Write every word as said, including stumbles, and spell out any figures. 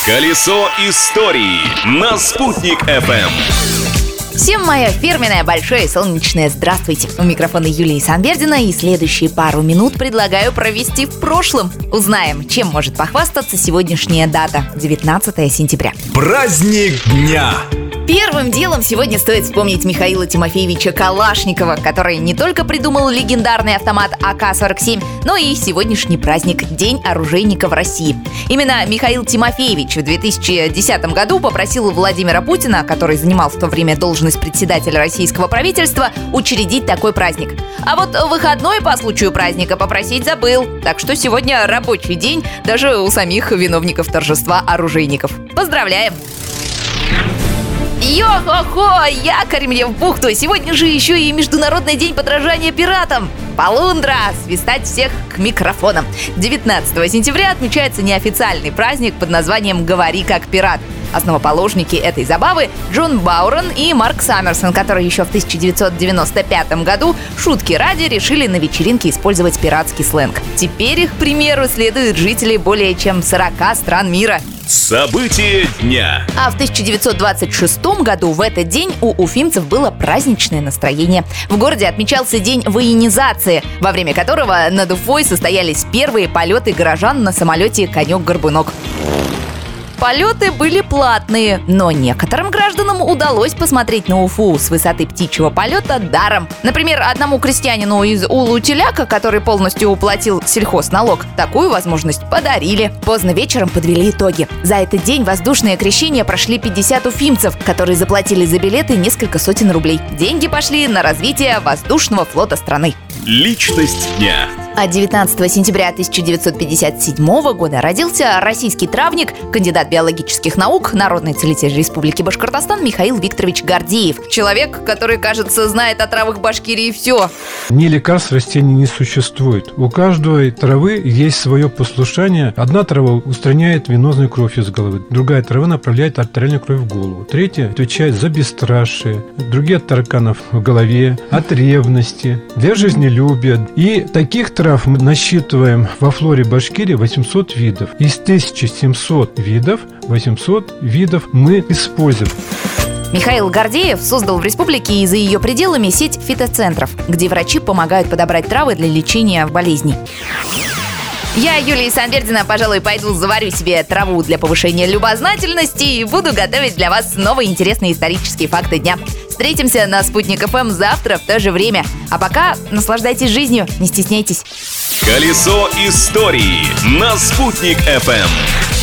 Колесо истории на Спутник эф эм. Всем мое фирменное большое солнечное здравствуйте. У микрофона Юлия Санбердина, и следующие пару минут предлагаю провести в прошлом. Узнаем, чем может похвастаться сегодняшняя дата – девятнадцатое сентября. Праздник дня. Первым делом сегодня стоит вспомнить Михаила Тимофеевича Калашникова, который не только придумал легендарный автомат а ка сорок семь, но и сегодняшний праздник – День оружейника в России. Именно Михаил Тимофеевич в две тысячи десятом году попросил Владимира Путина, который занимал в то время должность председателя российского правительства, учредить такой праздник. А вот выходной по случаю праздника попросить забыл, так что сегодня рабочий день даже у самих виновников торжества оружейников. Поздравляем! Йо-хо-хо, якорь мне в бухту! Сегодня же еще и Международный день подражания пиратам! Полундра! Свистать всех к микрофонам! девятнадцатого сентября отмечается неофициальный праздник под названием «Говори как пират». Основоположники этой забавы – Джон Баурон и Марк Саммерсон, которые еще в тысяча девятьсот девяносто пятом году шутки ради решили на вечеринке использовать пиратский сленг. Теперь их примеру следуют жители более чем сорока стран мира. События дня. А в тысяча девятьсот двадцать шестом году в этот день у уфимцев было праздничное настроение. В городе отмечался день военизации, во время которого над Уфой состоялись первые полеты горожан на самолете «Конек-горбунок». Полеты были платные, но некоторым гражданам удалось посмотреть на Уфу с высоты птичьего полета даром. Например, одному крестьянину из Улу-Теляка, который полностью уплатил сельхозналог, такую возможность подарили. Поздно вечером подвели итоги. За этот день воздушное крещение прошли пятьдесят уфимцев, которые заплатили за билеты несколько сотен рублей. Деньги пошли на развитие воздушного флота страны. Личность дня. А девятнадцатого сентября тысяча девятьсот пятьдесят седьмого года родился российский травник, кандидат биологических наук, народный целитель Республики Башкортостан Михаил Викторович Гордеев. Человек, который, кажется, знает о травах Башкирии все. Ни лекарств растений не существует. У каждой травы есть свое послушание. Одна трава устраняет венозную кровь из головы, другая трава направляет артериальную кровь в голову, третья отвечает за бесстрашие, другие от тараканов в голове, от ревности, для жизнелюбия. И таких трав мы насчитываем во флоре Башкирии восемьсот видов. Из тысячи семисот видов восемьсот видов мы используем. Михаил Гордеев создал в республике и за ее пределами сеть фитоцентров, где врачи помогают подобрать травы для лечения болезней. Я, Юлия Санбердина, пожалуй, пойду заварю себе траву для повышения любознательности и буду готовить для вас новые интересные исторические факты дня. Встретимся на Спутник эф эм завтра в то же время. А пока наслаждайтесь жизнью, не стесняйтесь. Колесо истории на Спутник эф эм.